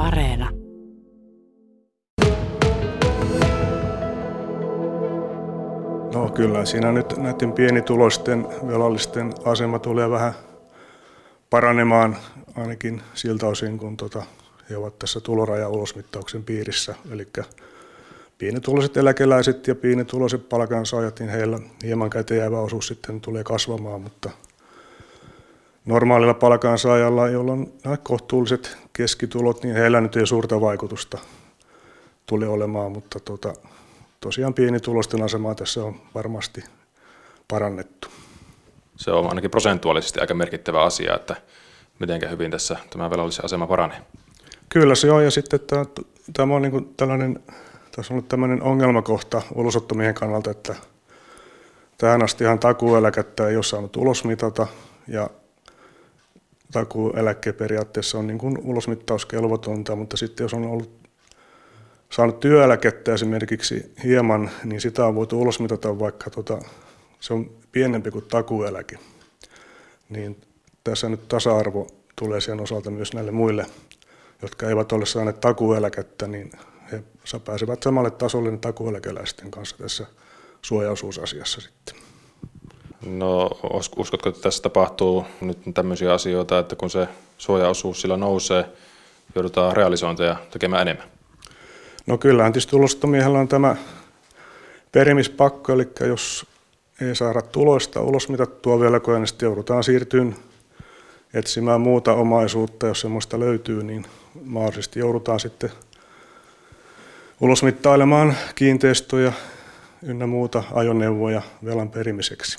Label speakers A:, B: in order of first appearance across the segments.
A: Areena.
B: No kyllä, siinä nyt näiden pienituloisten velallisten asema tulee vähän paranemaan ainakin siltä osin, kun he ovat tässä tuloraja-ulosmittauksen piirissä. Eli pienituloiset eläkeläiset ja pienituloiset palkansaajat, niin heillä hieman käteen jäävä osuus sitten tulee kasvamaan, mutta normaalilla palkansaajalla, jolla on kohtuulliset keskitulot, niin heillä nyt ei suurta vaikutusta tule olemaan, mutta tosiaan pienituloisten asemaa tässä on varmasti parannettu.
C: Se on ainakin prosentuaalisesti aika merkittävä asia, että miten hyvin tässä tämä velallisen asema paranee.
B: Kyllä se on, ja sitten tämä on niin tässä on ollut tämmöinen ongelmakohta ulosottomiehen kannalta, että tähän astihan takuueläkettä ei ole saanut ulosmitata, ja takuueläke periaatteessa on niin kuin ulosmittauskelvotonta, mutta sitten jos on saanut työeläkettä esimerkiksi hieman, niin sitä on voitu ulosmitata, vaikka se on pienempi kuin takuueläke. Niin tässä nyt tasa-arvo tulee sen osalta myös näille muille, jotka eivät ole saaneet takuueläkettä, niin he pääsevät samalle tasolle takuueläkeläisten kanssa tässä suojaosuusasiassa sitten.
C: No uskotko, että tässä tapahtuu nyt tämmöisiä asioita, että kun se suojaosuus sillä nousee, joudutaan realisointeja tekemään enemmän?
B: No kyllähän tietysti ulosottomiehellä on tämä perimispakko, eli jos ei saada tuloista ulosmitattua velkoja, niin sitten joudutaan siirtymään etsimään muuta omaisuutta, jos semmoista löytyy, niin mahdollisesti joudutaan sitten ulosmittailemaan kiinteistöjä ynnä muuta ajoneuvoja velan perimiseksi.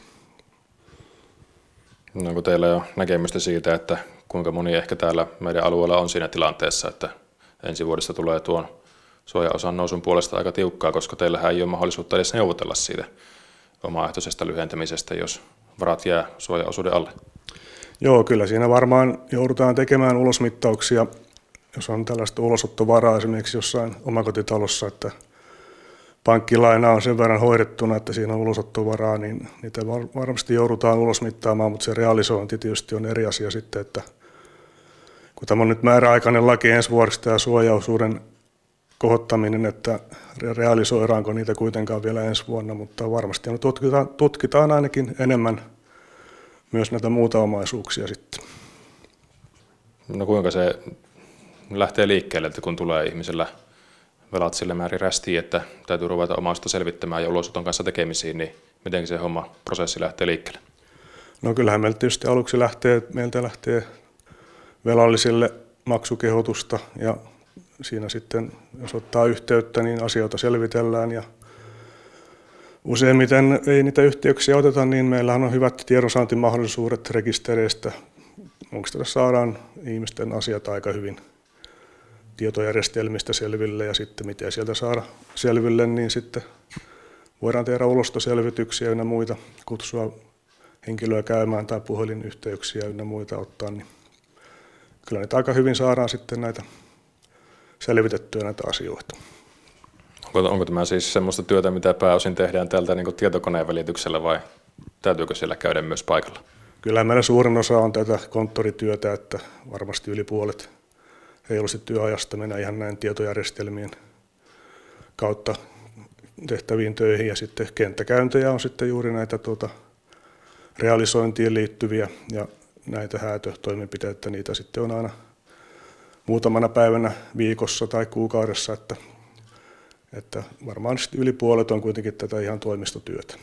C: No, onko teillä jo näkemystä siitä, että kuinka moni ehkä täällä meidän alueella on siinä tilanteessa, että ensi vuodesta tulee tuon suojaosan nousun puolesta aika tiukkaa, koska teillähän ei ole mahdollisuutta edes neuvotella siitä omaehtoisesta lyhentämisestä, jos varat jää suojaosuuden alle?
B: Joo, kyllä siinä varmaan joudutaan tekemään ulosmittauksia, jos on tällaista ulosottovaraa esimerkiksi jossain omakotitalossa, että pankkilaina on sen verran hoidettuna, että siinä on ulosottovaraa, niin niitä varmasti joudutaan ulosmittaamaan, mutta se realisointi tietysti on eri asia sitten, että kun tämä on nyt määräaikainen laki ensi vuodesta ja suojaosuuden kohottaminen, että realisoidaanko niitä kuitenkaan vielä ensi vuonna, mutta varmasti tutkitaan ainakin enemmän myös näitä muuta omaisuuksia sitten.
C: No kuinka se lähtee liikkeelle, että kun tulee ihmisellä velat sille määrin rästiin, että täytyy ruveta omaisuutta selvittämään ja ulosoton kanssa tekemisiin, niin miten se prosessi lähtee liikkeelle?
B: No kyllähän meiltä tietysti aluksi lähtee velallisille maksukehotusta ja siinä sitten, jos ottaa yhteyttä, niin asioita selvitellään ja useimmiten ei niitä yhteyksiä oteta, niin meillähän on hyvät tiedonsaantimahdollisuudet rekistereistä. Muista saadaan ihmisten asiat aika hyvin tietojärjestelmistä selville ja sitten miten sieltä saada selville, niin sitten voidaan tehdä ulostoselvityksiä ynnä muita, kutsua henkilöä käymään tai puhelinyhteyksiä ynnä muita ottaa, niin kyllä niitä aika hyvin saadaan sitten näitä selvitettyä näitä asioita.
C: Onko tämä siis semmoista työtä, mitä pääosin tehdään täältä niin kuin tietokoneen välityksellä vai täytyykö siellä käydä myös paikalla?
B: Kyllä meillä suurin osa on tätä konttorityötä, että varmasti yli puolet reilusti työajasta mennä ihan näin tietojärjestelmien kautta tehtäviin töihin ja sitten kenttäkäyntejä on sitten juuri näitä realisointiin liittyviä ja näitä häätötoimenpiteitä, niitä sitten on aina muutamana päivänä viikossa tai kuukaudessa, että varmaan yli puolet on kuitenkin tätä ihan toimistotyötä.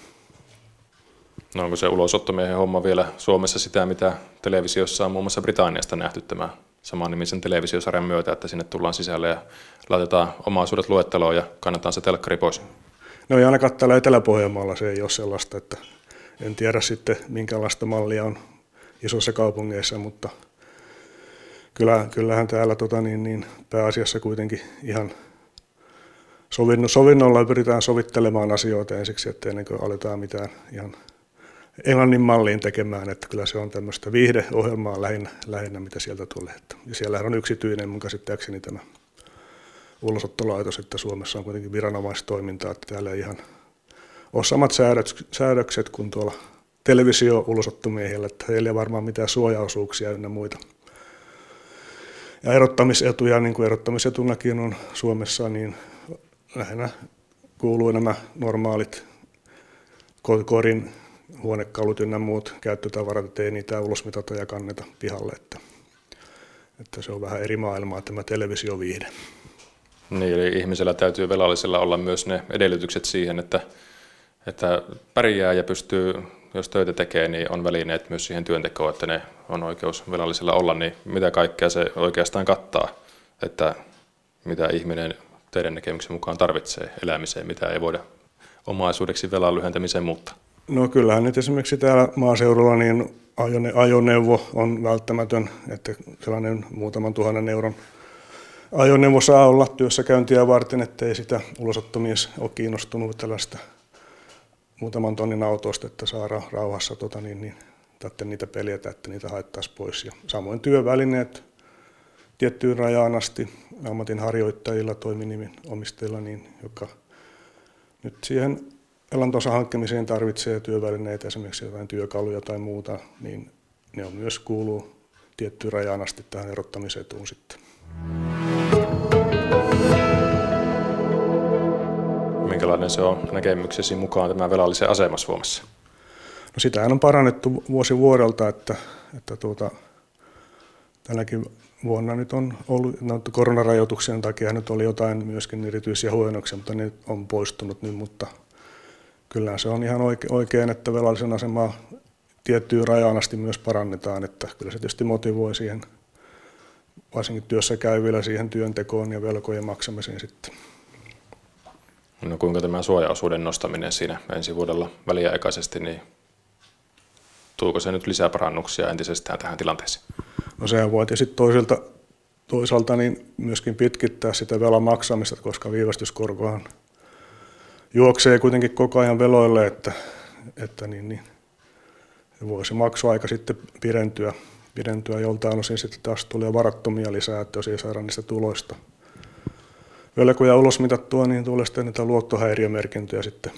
C: No onko se ulosottomiehen homma vielä Suomessa sitä, mitä televisiossa on muun muassa Britanniasta nähty tämä samannimisen televisiosarjan myötä, että sinne tullaan sisälle ja laitetaan omaisuudet luetteloon ja kannetaan se telkkari pois?
B: No ei ainakaan täällä Etelä-Pohjanmaalla se ei ole sellaista, että en tiedä sitten minkälaista mallia on isossa kaupungeissa, mutta kyllähän täällä pääasiassa kuitenkin ihan sovinnolla pyritään sovittelemaan asioita ensiksi, että ennen kuin aletaan mitään ihan englannin malliin tekemään, että kyllä se on tämmöistä viihdeohjelmaa lähinnä mitä sieltä tulee. Ja siellähän on yksityinen mun käsittääkseni tämä ulosottolaitos, että Suomessa on kuitenkin viranomaistoimintaa, että täällä ei ihan ole samat säädökset kuin tuolla televisio-ulosottomiehillä, että heillä ei varmaan mitään suojaosuuksia ynnä muita Ja erottamisetuja, niin kuin erottamisetunakin on Suomessa, niin lähinnä kuuluu nämä normaalit korin huonekalut ynnä muut käyttötavarat, ettei niitä ulosmitata ja kanneta pihalle. Että se on vähän eri maailmaa tämä televisioviihde.
C: Niin, eli ihmisellä täytyy velallisella olla myös ne edellytykset siihen, että pärjää ja pystyy, jos töitä tekee, niin on välineet myös siihen työntekoon, että ne on oikeus velallisella olla, niin mitä kaikkea se oikeastaan kattaa, että mitä ihminen teidän näkemyksen mukaan tarvitsee elämiseen, mitä ei voida omaisuudeksi velan lyhentämiseen muuttaa?
B: No kyllähän nyt esimerkiksi täällä maaseudulla niin ajoneuvo on välttämätön, että sellainen muutaman 1,000 euron ajoneuvo saa olla työssäkäyntiä varten, ettei sitä ulosottomies ole kiinnostunut tällaista muutaman tonnin autosta, että saadaan rauhassa tarvitse niitä peljätä, että niitä haettaisiin pois. Ja samoin työvälineet tiettyyn rajaan asti ammatinharjoittajilla, toiminimen omistajilla, niin, joka nyt siihen elantonsa hankkimiseen tarvitsee työvälineitä, esimerkiksi jotain työkaluja tai muuta, niin ne on myös kuuluu tiettyyn rajaan asti tähän erottamisetuun sitten.
C: Minkälainen se on näkemyksesi mukaan tämä velallisen asema Suomessa?
B: No sitähän on parannettu vuosi vuodelta, että tänäkin vuonna nyt on ollut, koronarajoituksien takia nyt oli jotain myöskin erityisiä huojennuksia, mutta ne on poistunut nyt, mutta kyllä se on ihan oikein, että velallisen asemaa tiettyyn rajaan asti myös parannetaan, että kyllä se tietysti motivoi siihen, varsinkin työssä käyvillä siihen työntekoon ja velkojen maksamiseen sitten.
C: No kuinka tämä suojaosuuden nostaminen siinä ensi vuodella väliaikaisesti, niin tuuko se nyt lisää parannuksia entisestään tähän tilanteeseen?
B: No sehän voi tietysti toisaalta niin myöskin pitkittää sitä velan maksamista, koska viivästyskorkohan juoksee kuitenkin koko ajan veloille, että voi se maksuaika sitten pidentyä joltain osin sitten taas tulee varattomia lisää, että jos ei saada niistä tuloista velkoja ulosmitattua, niin tulee sitten niitä luottohäiriömerkintöjä sitten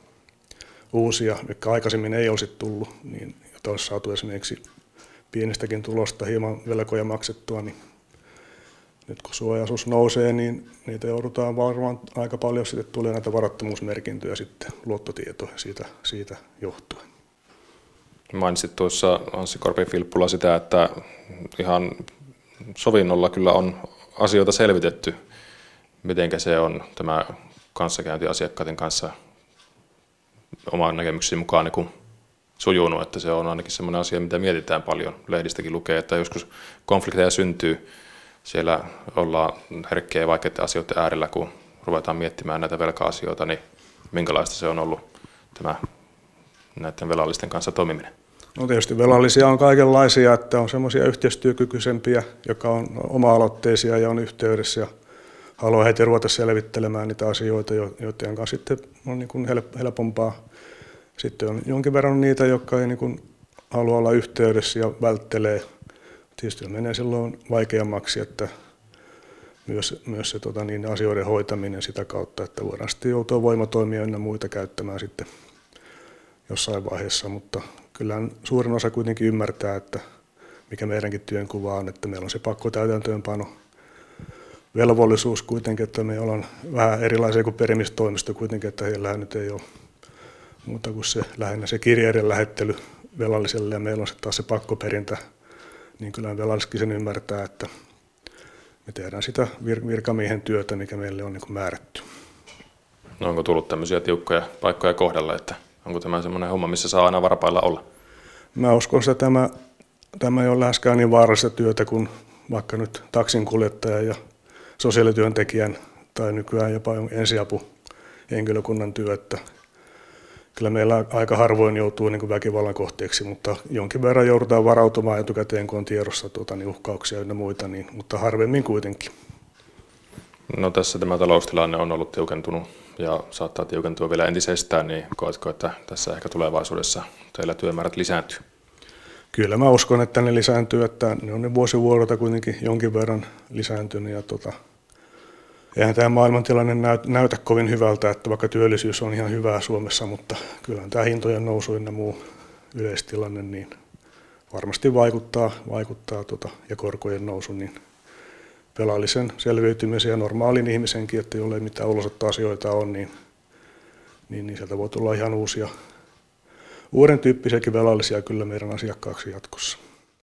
B: uusia, jotka aikaisemmin ei olisi tullut, niin jota olisi saatu esimerkiksi pienestäkin tulosta hieman velkoja maksettua, niin nyt kun suojaosuus nousee, niin niitä joudutaan varmaan aika paljon, sitten tulee näitä varattomuusmerkintöjä sitten luottotietoja siitä johtuen.
C: Mainitsit tuossa Anssi Korpi-Filppula sitä, että ihan sovinnolla kyllä on asioita selvitetty. Mitenkä se on tämä kanssakäynti asiakkaiden kanssa oman näkemykseni mukaan niin sujunut, että se on ainakin sellainen asia, mitä mietitään paljon. Lehdistäkin lukee, että joskus konflikteja syntyy. Siellä ollaan herkkiä ja vaikeiden asioiden äärellä, kun ruvetaan miettimään näitä velka-asioita, niin minkälaista se on ollut tämä näiden velallisten kanssa toimiminen?
B: No tietysti velallisia on kaikenlaisia, että on semmoisia yhteistyökykyisempiä, jotka on oma-aloitteisia ja on yhteydessä ja haluaa heti ruveta selvittelemään niitä asioita, joiden kanssa sitten on niin kuin helpompaa. Sitten on jonkin verran niitä, jotka ei niin kuin halua olla yhteydessä ja välttelee. Tietysti menee silloin vaikeammaksi, että myös se asioiden hoitaminen sitä kautta, että voidaan sitten joutua voimatoimia ynnä muita käyttämään sitten jossain vaiheessa, mutta kyllähän suurin osa kuitenkin ymmärtää, että mikä meidänkin työnkuva on, että meillä on se pakko täytäntöönpano velvollisuus kuitenkin, että me ollaan vähän erilaisia kuin perimistoimisto kuitenkin, että heillähän nyt ei ole muuta kuin se lähinnä se kirjeiden lähettely velalliselle ja meillä on sitten taas se pakkoperintä, niin kyllä velalliskin sen ymmärtää, että me tehdään sitä virkamiehen työtä, mikä meille on niin kuin määrätty.
C: No onko tullut tämmöisiä tiukkoja paikkoja kohdalle, että onko tämä semmoinen homma, missä saa aina varpailla olla? Mä
B: uskon, että tämä ei ole läheskään niin vaarallista työtä kuin vaikka nyt taksinkuljettaja ja sosiaalityöntekijän tai nykyään jopa ensiapuhenkilökunnan työ, että kyllä meillä aika harvoin joutuu niin kuin väkivallan kohteeksi, mutta jonkin verran joudutaan varautumaan etukäteen, kun on tiedossa niin uhkauksia ja muita, niin, mutta harvemmin kuitenkin.
C: No tässä tämä taloustilanne on ollut tiukentunut ja saattaa tiukentua vielä entisestään, niin koetko, että tässä ehkä tulevaisuudessa teillä työmäärät lisääntyy?
B: Kyllä mä uskon, että ne lisääntyy, että ne on ne vuosivuodelta kuitenkin jonkin verran lisääntynyt ja eihän tämä maailmantilanne näytä kovin hyvältä, että vaikka työllisyys on ihan hyvää Suomessa, mutta kyllähän tämä hintojen nousu ja muu yleistilanne niin varmasti vaikuttaa ja korkojen nousu, niin velallisen selviytymisen ja normaalin ihmisenkin, että jollei mitään ulosottoasioita on, niin sieltä voi tulla ihan uuden tyyppisiäkin velallisia kyllä meidän asiakkaaksi jatkossa.